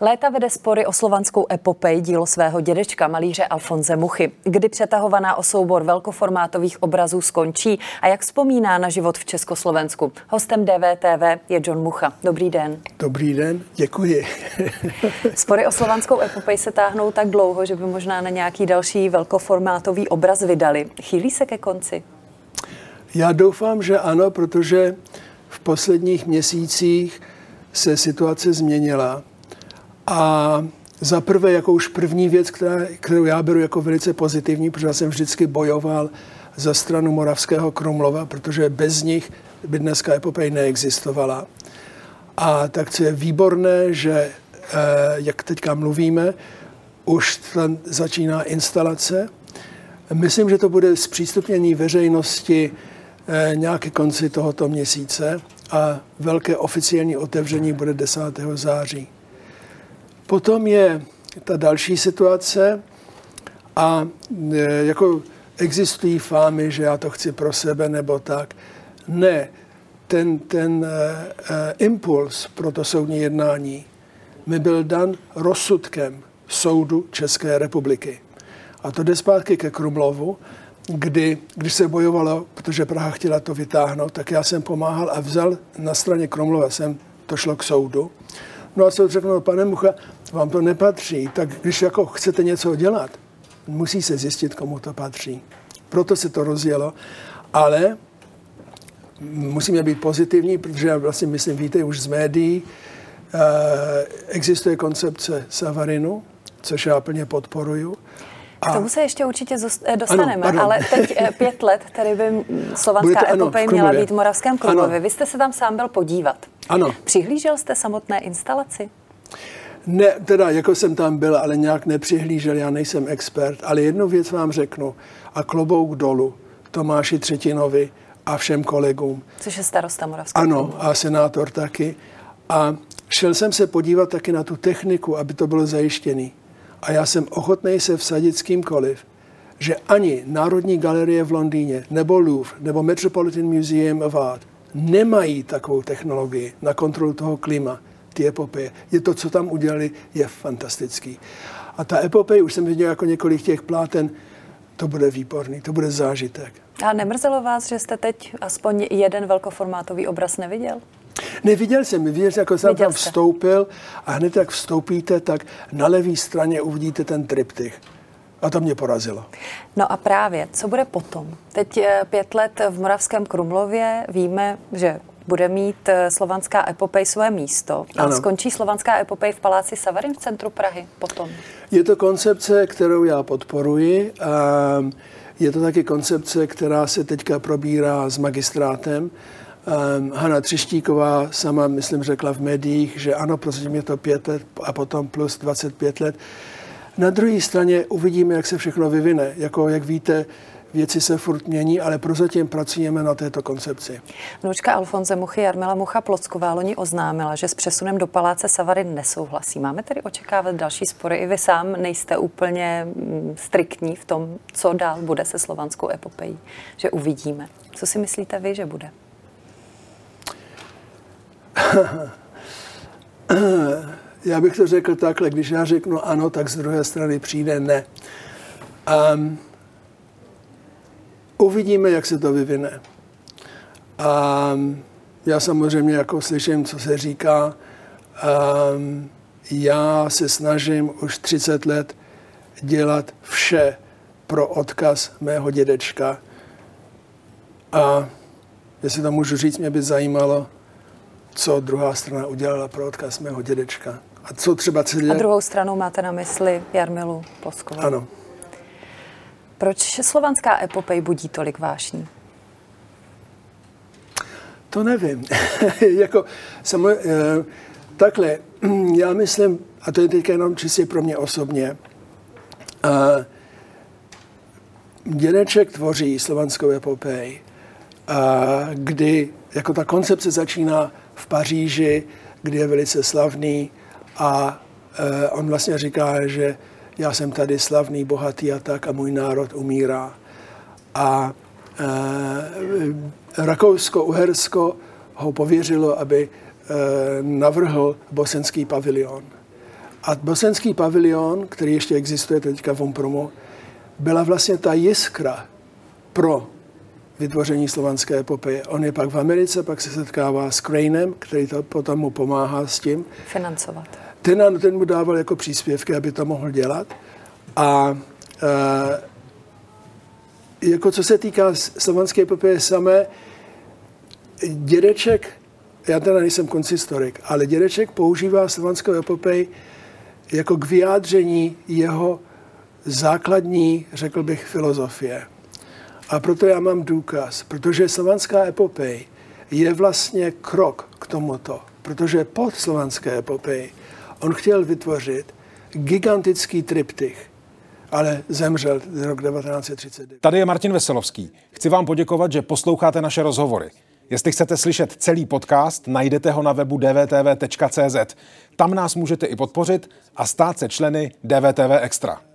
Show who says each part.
Speaker 1: Léta vede spory o slovanskou epopej, dílo svého dědečka, malíře Alfonse Muchy. Kdy přetahovaná o soubor velkoformátových obrazů skončí a jak vzpomíná na život v Československu. Hostem DVTV je John Mucha. Dobrý den.
Speaker 2: Dobrý den, děkuji.
Speaker 1: Spory o slovanskou epopej se táhnou tak dlouho, že by možná na nějaký další velkoformátový obraz vydali. Chýlí se ke konci?
Speaker 2: Já doufám, že ano, protože v posledních měsících se situace změnila. A za prvé, jako už první věc, kterou já beru jako velice pozitivní, protože já jsem vždycky bojoval za stranu Moravského Krumlova, protože bez nich by dneska epopej neexistovala. A tak co je výborné, že, jak teďka mluvíme, už začíná instalace. Myslím, že to bude zpřístupnění veřejnosti nějaké konci tohoto měsíce a velké oficiální otevření bude 10. září. Potom je ta další situace a jako existují fámy, že já to chci pro sebe nebo tak. Ne, ten impuls pro to soudní jednání mi byl dan rozsudkem soudu České republiky. A to jde zpátky ke Krumlovu, když se bojovalo, protože Praha chtěla to vytáhnout, tak já jsem pomáhal a vzal na straně Krumlova, to šlo k soudu. No a soud řekl, no, pane Mucha, vám to nepatří, tak když jako chcete něco dělat, musí se zjistit, komu to patří. Proto se to rozjelo, ale musíme být pozitivní, protože já vlastně myslím, víte už z médií, existuje koncepce Savarinu, což já plně podporuju.
Speaker 1: K tomu se ještě určitě dostaneme, ano, ale teď 5 let, tady by slovanská epopej měla být v Moravském Krumlově. Vy jste se tam sám byl podívat.
Speaker 2: Ano.
Speaker 1: Přihlížel jste samotné instalaci?
Speaker 2: Ne, teda jako jsem tam byl, ale nějak nepřihlížel, já nejsem expert, ale jednu věc vám řeknu a klobouk dolů Tomáši Třetinovi a všem kolegům.
Speaker 1: Což je starosta Moravského Krumlova.
Speaker 2: Ano, a senátor taky. A šel jsem se podívat taky na tu techniku, aby to bylo zajištěné. A já jsem ochotný se vsadit s kýmkoliv, že ani Národní galerie v Londýně, nebo Louvre, nebo Metropolitan Museum of Art nemají takovou technologii na kontrolu toho klima, ty epopeje. Je to, co tam udělali, je fantastický. A ta epopej, už jsem viděl jako několik těch pláten, to bude výborný, to bude zážitek.
Speaker 1: A nemrzelo vás, že jste teď aspoň jeden velkoformátový obraz neviděl?
Speaker 2: Neviděl jsem, jako jsem tam vstoupil a hned jak vstoupíte, tak na levé straně uvidíte ten triptych. A to mě porazilo.
Speaker 1: No a právě, co bude potom? Teď 5 let v Moravském Krumlově víme, že bude mít slovanská epopej své místo. A skončí slovanská epopej v paláci Savarin v centru Prahy potom?
Speaker 2: Je to koncepce, kterou já podporuji. Je to taky koncepce, která se teďka probírá s magistrátem. Hana Třeštíková sama, myslím, řekla v médiích, že ano, prozatím je to 5 let a potom plus 25 let. Na druhé straně uvidíme, jak se všechno vyvine. Jako, jak víte, věci se furt mění, ale prozatím pracujeme na této koncepci.
Speaker 1: Vnučka Alfonse Muchy, Jarmila Mucha-Plocková, loni oznámila, že s přesunem do paláce Savarin nesouhlasí. Máme tedy očekávat další spory? I vy sám nejste úplně striktní v tom, co dál bude se slovanskou epopejí. Že uvidíme. Co si myslíte vy, že bude?
Speaker 2: Já bych to řekl takhle, když já řeknu ano, tak z druhé strany přijde ne. Uvidíme, jak se to vyvine. Já samozřejmě jako slyším, co se říká. Já se snažím už 30 let dělat vše pro odkaz mého dědečka. A jestli to můžu říct, mě by zajímalo, co druhá strana udělala pro odkaz mého dědečka. A co třeba celé...
Speaker 1: A druhou stranou máte na mysli Jarmilu Plockovou.
Speaker 2: Ano.
Speaker 1: Proč slovanská epopej budí tolik vášní?
Speaker 2: To nevím. Takhle, já myslím, a to je teď jenom čistě pro mě osobně, dědeček tvoří slovanskou epopej, kdy jako ta koncepce začíná v Paříži, kdy je velice slavný a on vlastně říká, že já jsem tady slavný, bohatý a tak a můj národ umírá. A Rakousko-Uhersko ho pověřilo, aby navrhl bosenský pavilion. A bosenský pavilion, který ještě existuje teďka v Umpromu, byla vlastně ta jiskra pro vytvoření slovanské epopeje. On je pak v Americe, pak se setkává s Cranem, který to potom mu pomáhá s tím.
Speaker 1: Financovat.
Speaker 2: Ten mu dával jako příspěvky, aby to mohl dělat. A jako co se týká slovanské epopeje samé, dědeček, já teda nejsem konsistorik, ale dědeček používá slovanskou epopej jako k vyjádření jeho základní, řekl bych, filozofie. A proto já mám důkaz, protože slovanská epopej je vlastně krok k tomuto, protože po slovanské epopeji on chtěl vytvořit gigantický triptych, ale zemřel rok 1939.
Speaker 3: Tady je Martin Veselovský. Chci vám poděkovat, že posloucháte naše rozhovory. Jestli chcete slyšet celý podcast, najdete ho na webu dvtv.cz. Tam nás můžete i podpořit a stát se členy DVTV Extra.